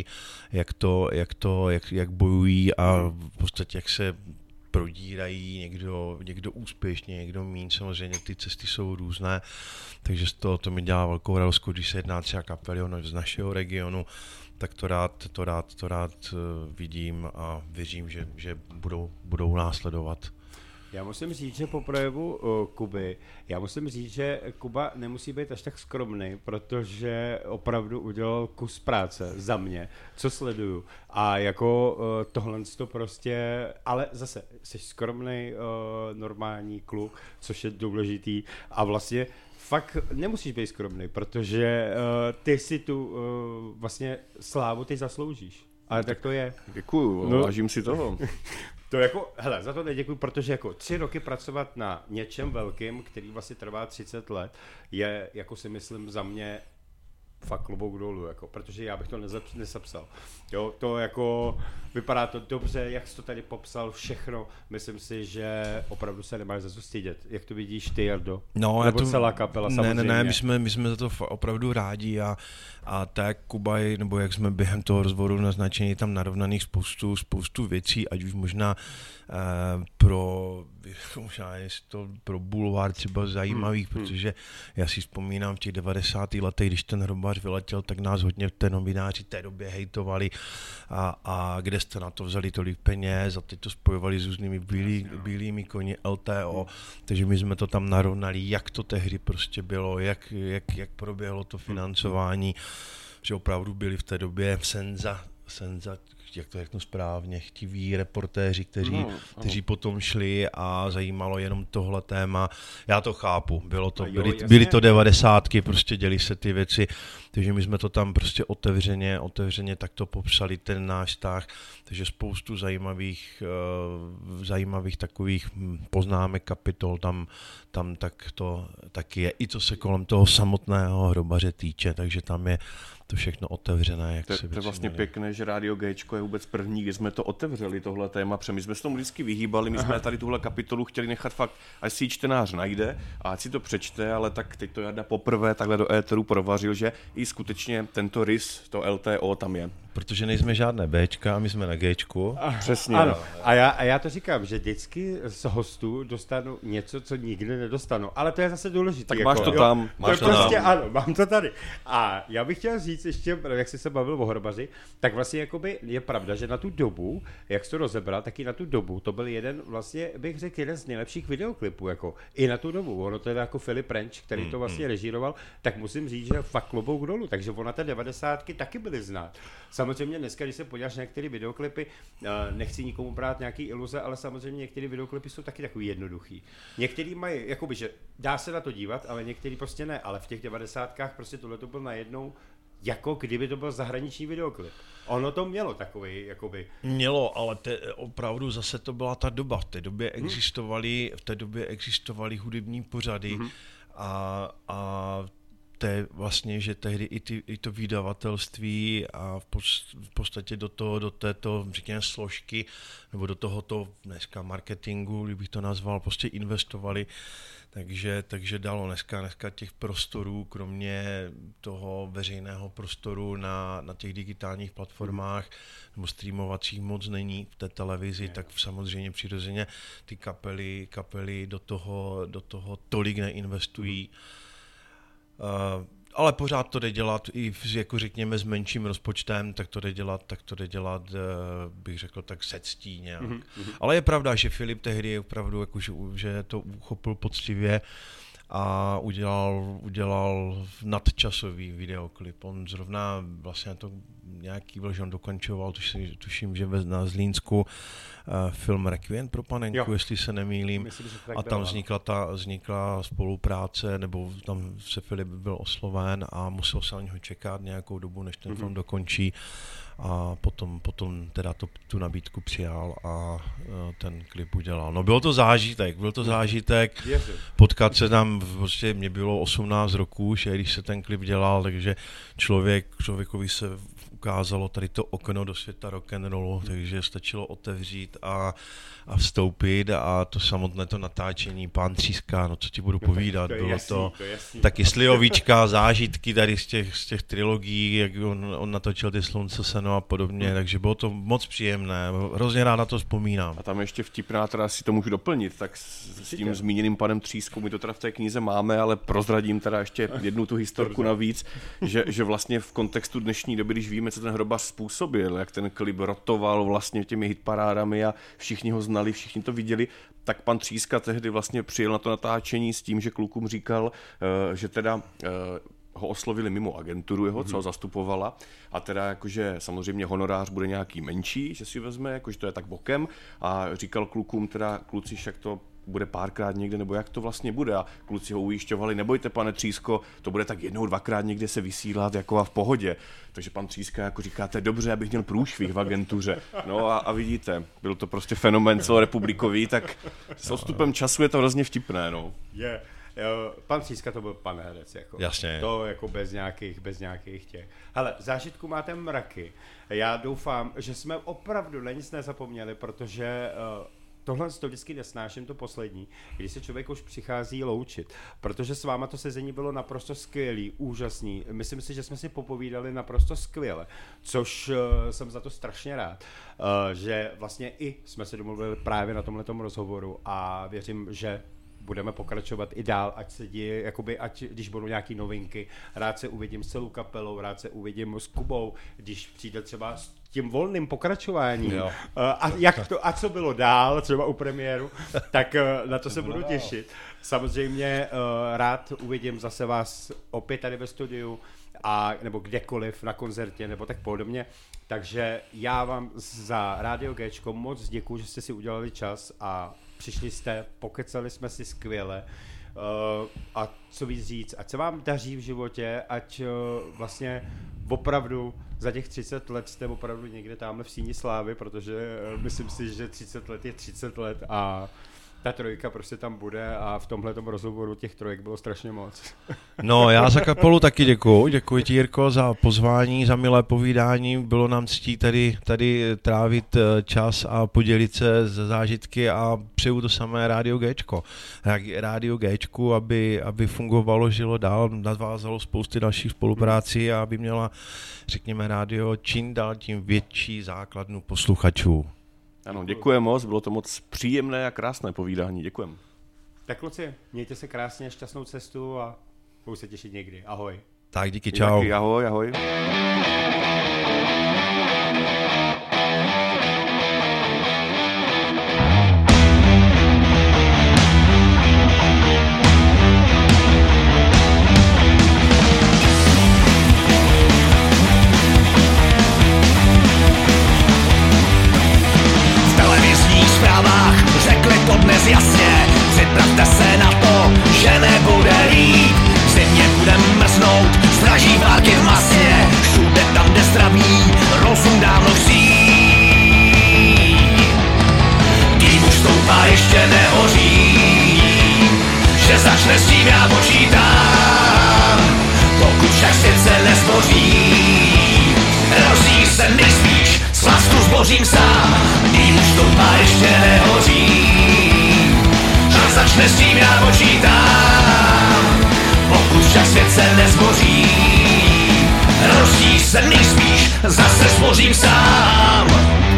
jak bojují a v podstatě jak se prodírají, někdo úspěšně, někdo míň, samozřejmě ty cesty jsou různé, takže to mi dělá velkou radost, když se jedná třeba kapely z našeho regionu, tak to rád vidím a věřím, že budou následovat. Já musím říct, že po projevu Kuby, že Kuba nemusí být až tak skromný, protože opravdu udělal kus práce za mě, co sleduju. A jako tohle to prostě, ale zase jsi skromný, normální kluk, což je důležitý a vlastně fakt nemusíš být skromný, protože ty si tu vlastně slávu ty zasloužíš. Ale tak to je. Děkuju, vážím si toho. To jako, hele, za to neděkuju, protože jako 3 roky pracovat na něčem velkým, který vlastně trvá 30 let, je, jako si myslím, za mě fakt klobouk dolů, jako, protože já bych to nesapsal. Jo, to jako, vypadá to dobře, jak jsi to tady popsal, všechno, myslím si, že opravdu se nemáš za co stydět. Jak to vidíš ty, Jardo? No, nebo celá kapela, samozřejmě. Ne, my jsme za to opravdu rádi a tak Kuba, nebo jak jsme během toho rozhovoru naznačení, tam narovnaných spoustu věcí, ať už možná pro bulvár třeba zajímavých, protože já si vzpomínám v těch 90. letech, když ten Hrobář vyletěl, tak nás hodně té novináři té době hejtovali a kde jste na to vzali tolik peněz a teď to spojovali s různými bílými koni LTO, takže my jsme to tam narovnali, jak to tehdy prostě bylo, jak proběhlo to financování, že opravdu byli v té době senza, jak to řeknu správně, chtiví reportéři, kteří potom šli a zajímalo jenom tohle téma. Já to chápu, byly to 90, prostě děli se ty věci, takže my jsme to tam prostě otevřeně takto popsali, ten náš vztah, takže spoustu zajímavých takových poznámek, kapitol tam tak to taky je, i co se kolem toho samotného Hrobaře týče, takže tam je to všechno otevřené. To je vlastně pěkné, že Rádio Géčko je vůbec první, kdy jsme to otevřeli, tohle téma, protože my jsme se tomu vždycky vyhýbali, my jsme tady tuhle kapitolu chtěli nechat fakt, až si ji čtenář najde a ať si to přečte, ale tak teď to Jarda poprvé takhle do éteru provařil, že i skutečně tento rys, to LTO tam je. Protože nejsme žádné Bčka a my jsme na Gčku. Přesně. Ano. A já to říkám, že vždycky z hostů dostanu něco, co nikdy nedostanu. Ale to je zase důležité. Tak máš to tam. Ano, mám to tady. A já bych chtěl říct ještě, jak jsi se bavil o Hrobaři, tak vlastně jakoby je pravda, že na tu dobu, jak jsi to rozebral, tak i na tu dobu, to byl jeden, vlastně bych řekl, jeden z nejlepších videoklipů, jako i na tu dobu. Ono to je jako Filip Renč, který to vlastně režíroval, tak musím říct, že fakt klobouk dolů. Takže ona té 90. taky byly znát. Samozřejmě dneska, když se podíváš na některé videoklipy, nechci nikomu brát nějaký iluze, ale samozřejmě některé videoklipy jsou taky takový jednoduchý. Některý mají, jakoby, že dá se na to dívat, ale některý prostě ne. Ale v těch 90. prostě tohle to byl najednou, jako kdyby to byl zahraniční videoklip. Ono to mělo takový, jakoby... Mělo, ale opravdu zase to byla ta doba. V té době existovaly hudební pořady a vlastně, že tehdy i to vydavatelství a v podstatě do této, řekněme, složky nebo do tohoto dneska marketingu, kdybych to nazval, prostě investovali, takže dalo dneska těch prostorů, kromě toho veřejného prostoru na těch digitálních platformách nebo streamovacích moc není v té televizi, tak samozřejmě přirozeně ty kapely do toho tolik neinvestují. Ale pořád to jde dělat i jako řekněme s menším rozpočtem, tak to jde dělat, bych řekl tak se ctí nějak. Ale je pravda, že Filip tehdy opravdu jako, že to uchopil poctivě a udělal nadčasový videoklip. On zrovna vlastně to nějaký byl, že on dokončoval, tuším, že na Zlínsku film Requiem pro panenku, jestli se nemýlím. Myslím, a tam vznikla spolupráce, nebo tam se Filip byl osloven a musel se na něho čekat nějakou dobu, než ten film dokončí. A potom teda tu nabídku přijal a ten klip udělal. No byl to zážitek, potkat se tam, prostě mě bylo 18 roků, že když se ten klip dělal, takže člověkovi se ukázalo tady to okno do světa rock'n'rollu, takže stačilo otevřít a vstoupit a to samotné to natáčení, pán Tříska, no co ti budu povídat, bylo to taky slivovička, zážitky tady z těch trilogií, jak on natočil ty Slunce, seno a podobně, takže bylo to moc příjemné, hrozně rád na to vzpomínám. A tam ještě vtipná, teda si to můžu doplnit, tak s tím zmíněným panem Třískou, my to teda v té knize máme, ale prozradím teda ještě jednu tu historku navíc, že vlastně v kontextu dnešní doby, když víme, co ten Hrobař způsobil, jak ten klip rotoval vlastně těmi hitparádami a všichni ho znali, všichni to viděli, tak pan Tříska tehdy vlastně přijel na to natáčení s tím, že klukům říkal, že teda ho oslovili mimo agenturu jeho, co ho zastupovala, a teda jakože samozřejmě honorář bude nějaký menší, že si vezme, jakože to je tak bokem, a říkal klukům teda, kluci, však to bude párkrát někde, nebo jak to vlastně bude, a kluci ho ujišťovali, nebojte, pane Třísko, to bude tak jednou, dvakrát někde se vysílat, jako a v pohodě. Takže pan Tříska jako říká, to je dobře, abych měl průšvih v agentuře. No a vidíte, byl to prostě fenomén celorepublikový, tak s odstupem času je to hrozně vtipné, no. Pan Tříska to byl pan herec, jako. Jasně. To jako bez nějakých těch. Hele, zážitku máte mraky. Já doufám, že jsme opravdu na nic nezapomněli, protože tohle to vždycky nesnáším, to poslední, když se člověk už přichází loučit, protože s váma to sezení bylo naprosto skvělý, úžasný. Myslím si, že jsme si popovídali naprosto skvěle, což jsem za to strašně rád, že vlastně i jsme se domluvili právě na tomhletom rozhovoru a věřím, že budeme pokračovat i dál, ať se děje, jakoby, ať když budou nějaký novinky, rád se uvidím s celou kapelou, rád se uvidím s Kubou, když přijde třeba s tím volným pokračováním a co bylo dál, třeba u premiéru, tak na to se budu těšit. Samozřejmě rád uvidím zase vás opět tady ve studiu, nebo kdekoliv na koncertě, nebo tak podobně. Takže já vám za Radio Géčko moc děkuju, že jste si udělali čas a přišli jste, pokecali jsme si skvěle. A co víc říct, ať se vám daří v životě, ať vlastně opravdu za těch 30 let jste opravdu někde tamhle v síni slávy, protože myslím si, že 30 let je 30 let a ta trojka prostě tam bude a v tomhletom rozhovoru těch trojek bylo strašně moc. No, já za kapelu taky děkuju. Děkuji ti, Jirko, za pozvání, za milé povídání. Bylo nám ctí tady trávit čas a podělit se ze zážitky a přeju to samé Radio Géčko. Radio Géčku, aby fungovalo, žilo dál, navázalo spousty dalších spoluprácí a aby měla, řekněme, rádio čím dál tím větší základnu posluchačů. Ano, děkujeme moc, bylo to moc příjemné a krásné povídání, děkujeme. Tak kluci, mějte se krásně, šťastnou cestu a budu se těšit někdy. Ahoj. Tak díky, čau. Díky, ahoj. Dnes jasně, připravte se na to, že nebude líp. V zimě budem mrznout, straží války v masě. Všude tam, kde zdraví, rozum dávno chří. Kým už stoupá, ještě nehoří, že začne s tím já počítám. Pokud však svět se nezboří, rozí se nejspíš, s vlastu zbořím sám. Kým už stoupá, ještě nehoří, začne s tím já počítám. Pokud však svět se nezboří, rozsí se nejspíš, zase zbořím sám.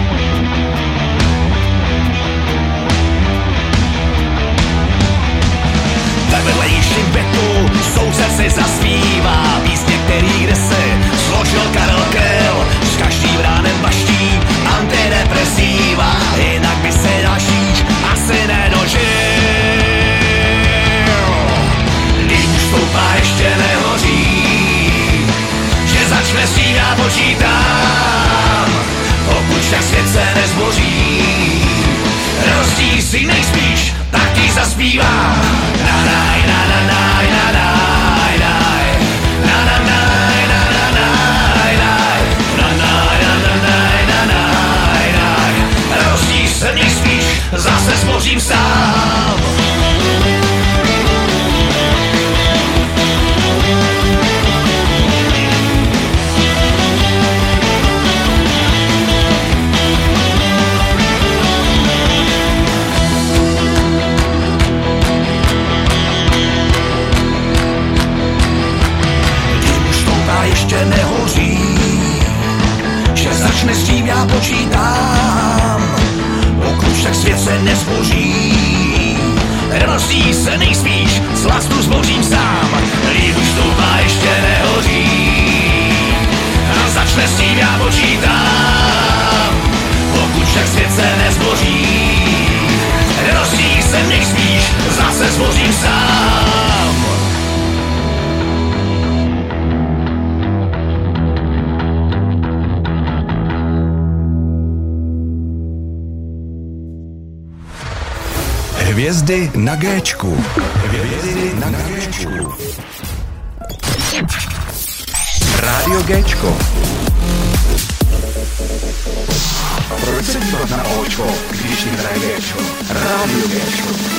Ve vedlejším bytu soudce si zaspívá písně, který kdysi složil Karel Kryl. S každým ránem baští antidepresiva, jinak by se dalších asi nedožil. Stoupá, ještě nehoří, že začne s tím já počítám. zpívám. Na naj, na na naj, na naj, naj. Na na naj, na na naj, naj. Na naj, na na naj, na naj, naj. Rozdíš se mě spíš, zase zbořím sám. Ještě nehoří, že začne s tím já počítám, pokud však svět se nezboří. Rozí se nejspíš, z lastu zbořím sám. Líp už stoupá, ještě nehoří, a začne s tím já počítám, pokud však svět se nezboří. Rozí se nejspíš, zase zbořím sám. Hvězdy na Géčku. Hvězdy na Géčku. Rádio Géčko. Proč se dívat na Očko, když jim hraje Géčko? Rádio Géčko.